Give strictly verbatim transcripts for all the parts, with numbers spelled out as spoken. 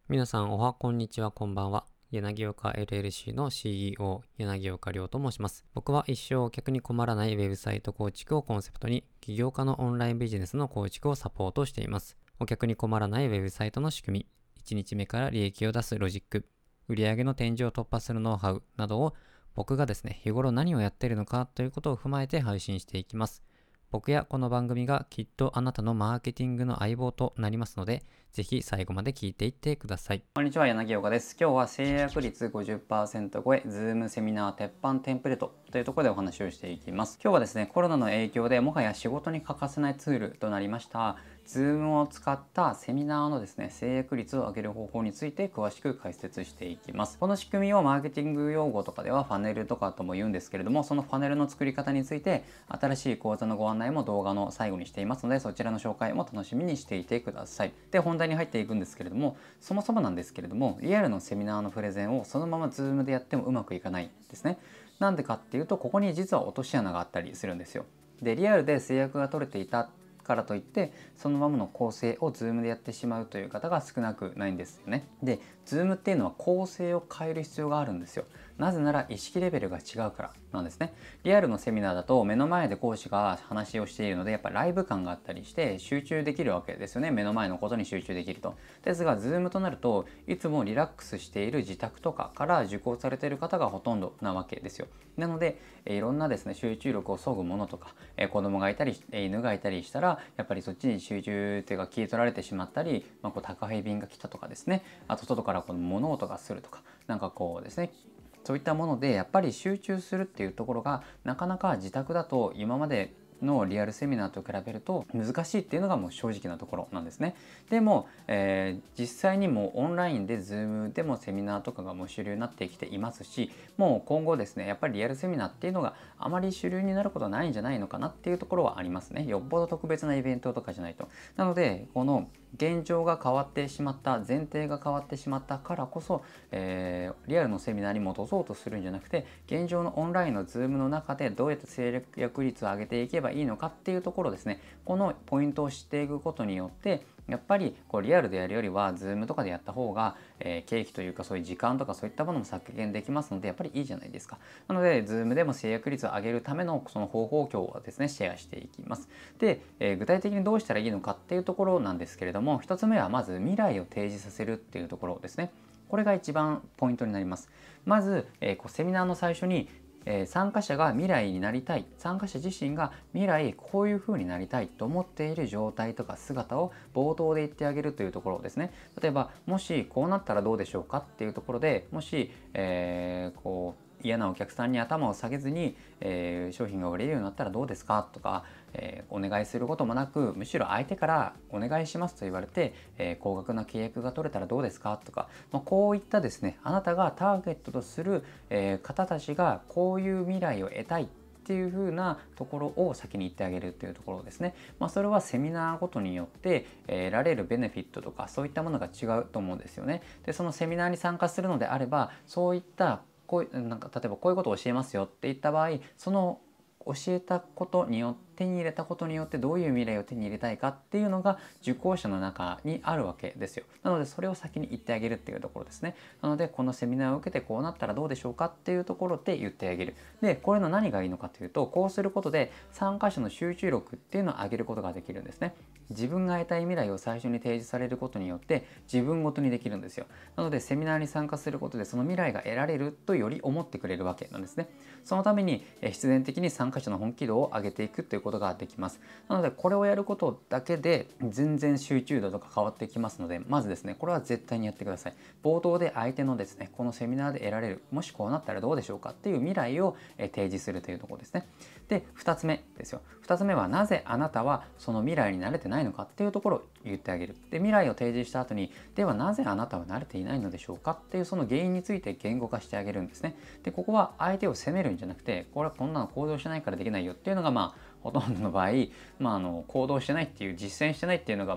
皆さんおはこんにちはこんばんは。柳岡 エルエルシー の シーイーオー 柳岡亮と申します。僕は一生お客に困らないウェブサイト構築をコンセプトに起業家のオンラインビジネスの構築をサポートしています。お客に困らないウェブサイトの仕組み、いちにちめから利益を出すロジック、売上の天井を突破するノウハウなどを僕がですね、日頃何をやっているのかということを踏まえて配信していきます。僕やこの番組がきっとあなたのマーケティングの相棒となりますので、ぜひ最後まで聞いていってください。こんにちは、柳岡です。今日は制約率 ごじゅっパーセント 超え、Zoom セミナー鉄板テンプレートというところでお話をしていきます。今日はですね、コロナの影響でもはや仕事に欠かせないツールとなりました、Zoom を使ったセミナーのですね、制約率を上げる方法について詳しく解説していきます。この仕組みをマーケティング用語とかではファネルとかとも言うんですけれども、そのファネルの作り方について新しい講座のご案内も動画の最後にしていますので、そちらの紹介も楽しみにしていてください。で、本題に入っていくんですけれども、そもそもなんですけれども、リアルのセミナーのプレゼンをそのまま Zoom でやってもうまくいかないんですね。なんでかっていうと、ここに実は落とし穴があったりするんですよ。で、リアルで制約が取れていたからといってそのままの構成を Zoom でやってしまうという方が少なくないんですよね。で Zoom っていうのは構成を変える必要があるんですよ。なぜなら意識レベルが違うからなんですね。リアルのセミナーだと目の前で講師が話をしているのでやっぱライブ感があったりして集中できるわけですよね。目の前のことに集中できると。ですが Zoom となるといつもリラックスしている自宅とかから受講されている方がほとんどなわけですよ。なのでいろんなですね集中力を削ぐものとか子供がいたり犬がいたりしたらやっぱりそっちに集中っていうか気取られてしまったり、まあ、こう宅配便が来たとかですね、あと外からこの物音がするとかなんかこうですね、そういったものでやっぱり集中するっていうところがなかなか自宅だと今までのリアルセミナーと比べると難しいっていうのがもう正直なところなんですね。でも、えー、実際にもオンラインで Zoom でもセミナーとかがもう主流になってきていますし、もう今後ですねやっぱりリアルセミナーっていうのがあまり主流になることはないんじゃないのかなっていうところはありますね。よっぽど特別なイベントとかじゃないと。なのでこの現状が変わってしまった前提が変わってしまったからこそ、えー、リアルのセミナーに戻そうとするんじゃなくて現状のオンラインの Zoom の中でどうやって制約率を上げていけばいいのかっていうところですね。このポイントを知っていくことによってやっぱりこうリアルでやるよりは Zoom とかでやった方が、えー、経費というかそういう時間とかそういったものも削減できますのでやっぱりいいじゃないですか。なので Zoom でも制約率を上げるためのその方法を今日はですねシェアしていきます。で、えー、具体的にどうしたらいいのかっていうところなんですけれども、ひとつめはまず未来を提示させるっていうところですね。これが一番ポイントになります。まず、えー、こうセミナーの最初にえー、参加者が未来になりたい、参加者自身が未来こういう風になりたいと思っている状態とか姿を冒頭で言ってあげるというところですね。例えばもしこうなったらどうでしょうかっていうところで、もし、えー、こう嫌なお客さんに頭を下げずに、えー、商品が売れるようになったらどうですかとか、えー、お願いすることもなくむしろ相手からお願いしますと言われて、えー、高額な契約が取れたらどうですかとか、まあ、こういったですねあなたがターゲットとする、えー、方たちがこういう未来を得たいっていう風なところを先に言ってあげるっていうところですね。まあ、それはセミナーごとによって得られるベネフィットとかそういったものが違うと思うんですよね。で、そのセミナーに参加するのであればそういったこうなんか例えばこういうことを教えますよって言った場合、その教えたことによって手に入れたことによってどういう未来を手に入れたいかっていうのが受講者の中にあるわけですよ。なのでそれを先に言ってあげるっていうところですね。なのでこのセミナーを受けてこうなったらどうでしょうかっていうところで言ってあげる。でこれの何がいいのかというと、こうすることで参加者の集中力っていうのを上げることができるんですね。自分が得たい未来を最初に提示されることによって自分ごとにできるんですよ。なのでセミナーに参加することでその未来が得られるとより思ってくれるわけなんですね。そのために必然的に参加者の本気度を上げていくということができます。なのでこれをやることだけで全然集中度とか変わってきますので、まずですねこれは絶対にやってください。冒頭で相手のですねこのセミナーで得られる、もしこうなったらどうでしょうかっていう未来を提示するというところですね。でふたつめですよ。ふたつめはなぜあなたはその未来に慣れてないのかっていうところを言ってあげる。で未来を提示した後に、ではなぜあなたは慣れていないのでしょうかっていうその原因について言語化してあげるんですね。でここは相手を責めるんじゃなくて、これはこんなの行動しないからできないよっていうのがまあほとんどの場合、まあ、あの行動してないっていう実践してないっていうのがまあ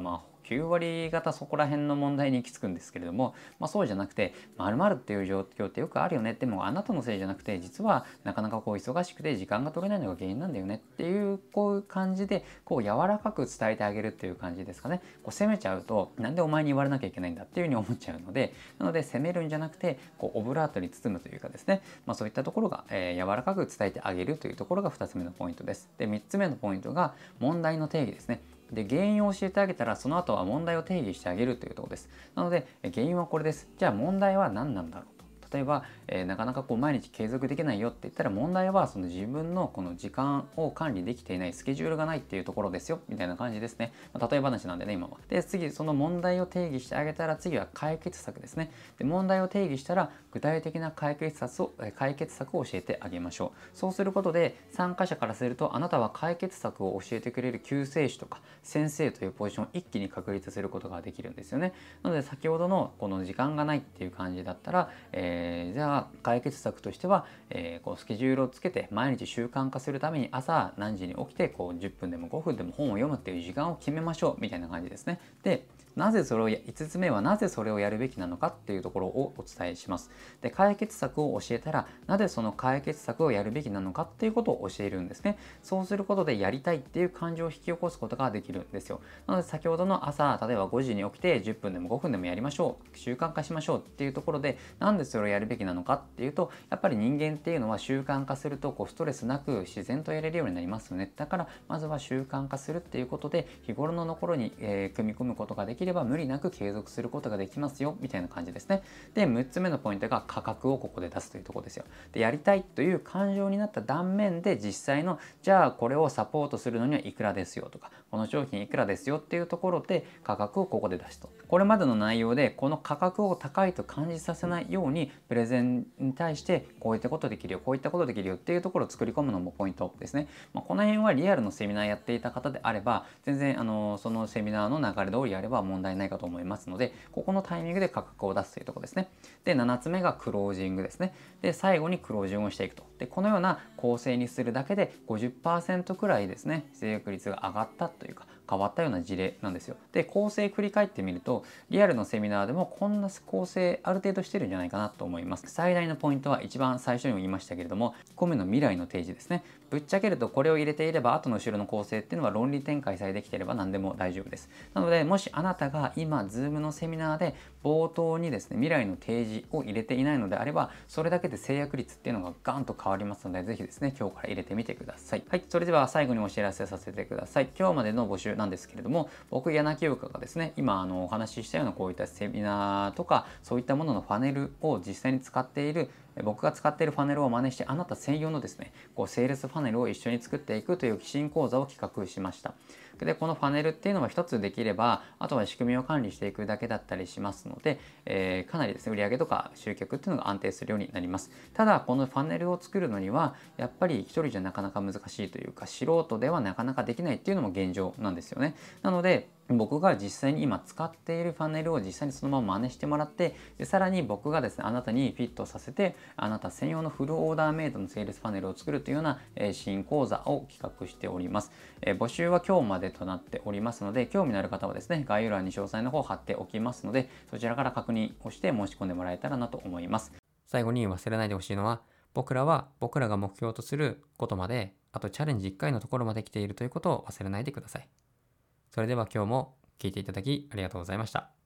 きゅうわりがたそこら辺の問題に行き着くんですけれども、まあ、そうじゃなくて〇〇っていう状況ってよくあるよね、でもあなたのせいじゃなくて実はなかなかこう忙しくて時間が取れないのが原因なんだよねっていうこういう感じでこう柔らかく伝えてあげるっていう感じですかね。こう責めちゃうとなんでお前に言われなきゃいけないんだっていうふうに思っちゃうので、なので責めるんじゃなくてこうオブラートに包むというかですね、まあ、そういったところが、えー、柔らかく伝えてあげるというところがふたつめのポイントです。でみっつめのポイントが問題の定義ですね。で原因を教えてあげたらその後は問題を定義してあげるというところです。なので原因はこれです。じゃあ問題は何なんだろう。例えば、えー、なかなかこう毎日継続できないよって言ったら問題はその自分のこの時間を管理できていない、スケジュールがないっていうところですよみたいな感じですね。まあ、例え話なんでね今は。で次その問題を定義してあげたら次は解決策ですね。で問題を定義したら具体的な解決策を解決策を教えてあげましょう。そうすることで参加者からするとあなたは解決策を教えてくれる救世主とか先生というポジションを一気に確立することができるんですよね。なので先ほどのこの時間がないっていう感じだったら、えーえー、じゃあ解決策としては、えー、こうスケジュールをつけて毎日習慣化するために朝何時に起きてこうじゅっぷんでもごふんでも本を読むっていう時間を決めましょうみたいな感じですね。でなぜそれをいつつめはなぜそれをやるべきなのかっていうところをお伝えします。で解決策を教えたらなぜその解決策をやるべきなのかっていうことを教えるんですね。そうすることでやりたいっていう感情を引き起こすことができるんですよ。なので先ほどの朝例えばごじに起きてじゅっぷんでもごふんでもやりましょう、習慣化しましょうっていうところでなんでそれをやるべきなのかっていうと、やっぱり人間っていうのは習慣化するとこうストレスなく自然とやれるようになりますよね。だからまずは習慣化するっていうことで日頃のところに、えー、組み込むことができれば無理なく継続することができますよみたいな感じですね。でむっつめのポイントが価格をここで出すというところですよ。でやりたいという感情になった断面で実際のじゃあこれをサポートするのにはいくらですよとかこの商品いくらですよっていうところで価格をここで出すと。これまでの内容でこの価格を高いと感じさせないようにプレゼンに対してこういったことできるよこういったことできるよっていうところを作り込むのもポイントですね。まあ、この辺はリアルのセミナーやっていた方であれば全然あのそのセミナーの流れ通りやれば問題ないかと思いますので、ここのタイミングで価格を出すというところですね。でななつめがクロージングですね。で最後にクロージングをしていくと。でこのような構成にするだけで ごじゅっパーセント くらいですね制約率が上がったというか変わったような事例なんですよ。で構成振り返ってみるとリアルのセミナーでもこんな構成ある程度してるんじゃないかなと思います。最大のポイントは一番最初にも言いましたけれどもいっこめの未来の提示ですね。ぶっちゃけるとこれを入れていれば後の後ろの構成っていうのは論理展開さえできていれば何でも大丈夫です。なのでもしあなたが今 Zoom のセミナーで冒頭にですね未来の提示を入れていないのであればそれだけで制約率っていうのがガンと変わりますのでぜひですね今日から入れてみてください。はい、それでは最後にお知らせさせてください。今日までの募集なんですけれども僕柳清香がですね今あのお話ししたようなこういったセミナーとかそういったもののファネルを実際に使っている僕が使っているファネルを真似してあなた専用のですねこうセールスファネルを一緒に作っていくという新講座を企画しました。でこのファネルっていうのは一つできればあとは仕組みを管理していくだけだったりしますので、えー、かなりですね売上とか集客っていうのが安定するようになります。ただこのファネルを作るのにはやっぱり一人じゃなかなか難しいというか素人ではなかなかできないっていうのも現状なんですよね。なので僕が実際に今使っているファネルを実際にそのまま真似してもらってでさらに僕がですねあなたにフィットさせてあなた専用のフルオーダーメイドのセールスパネルを作るというような、えー、新講座を企画しております。えー、募集は今日までとなっておりますので興味のある方はですね概要欄に詳細の方を貼っておきますのでそちらから確認をして申し込んでもらえたらなと思います。 最後に忘れないでほしいのは僕らは僕らが目標とすることまであとチャレンジいっかいのところまで来ているということを忘れないでください。それでは今日も聞いていただきありがとうございました。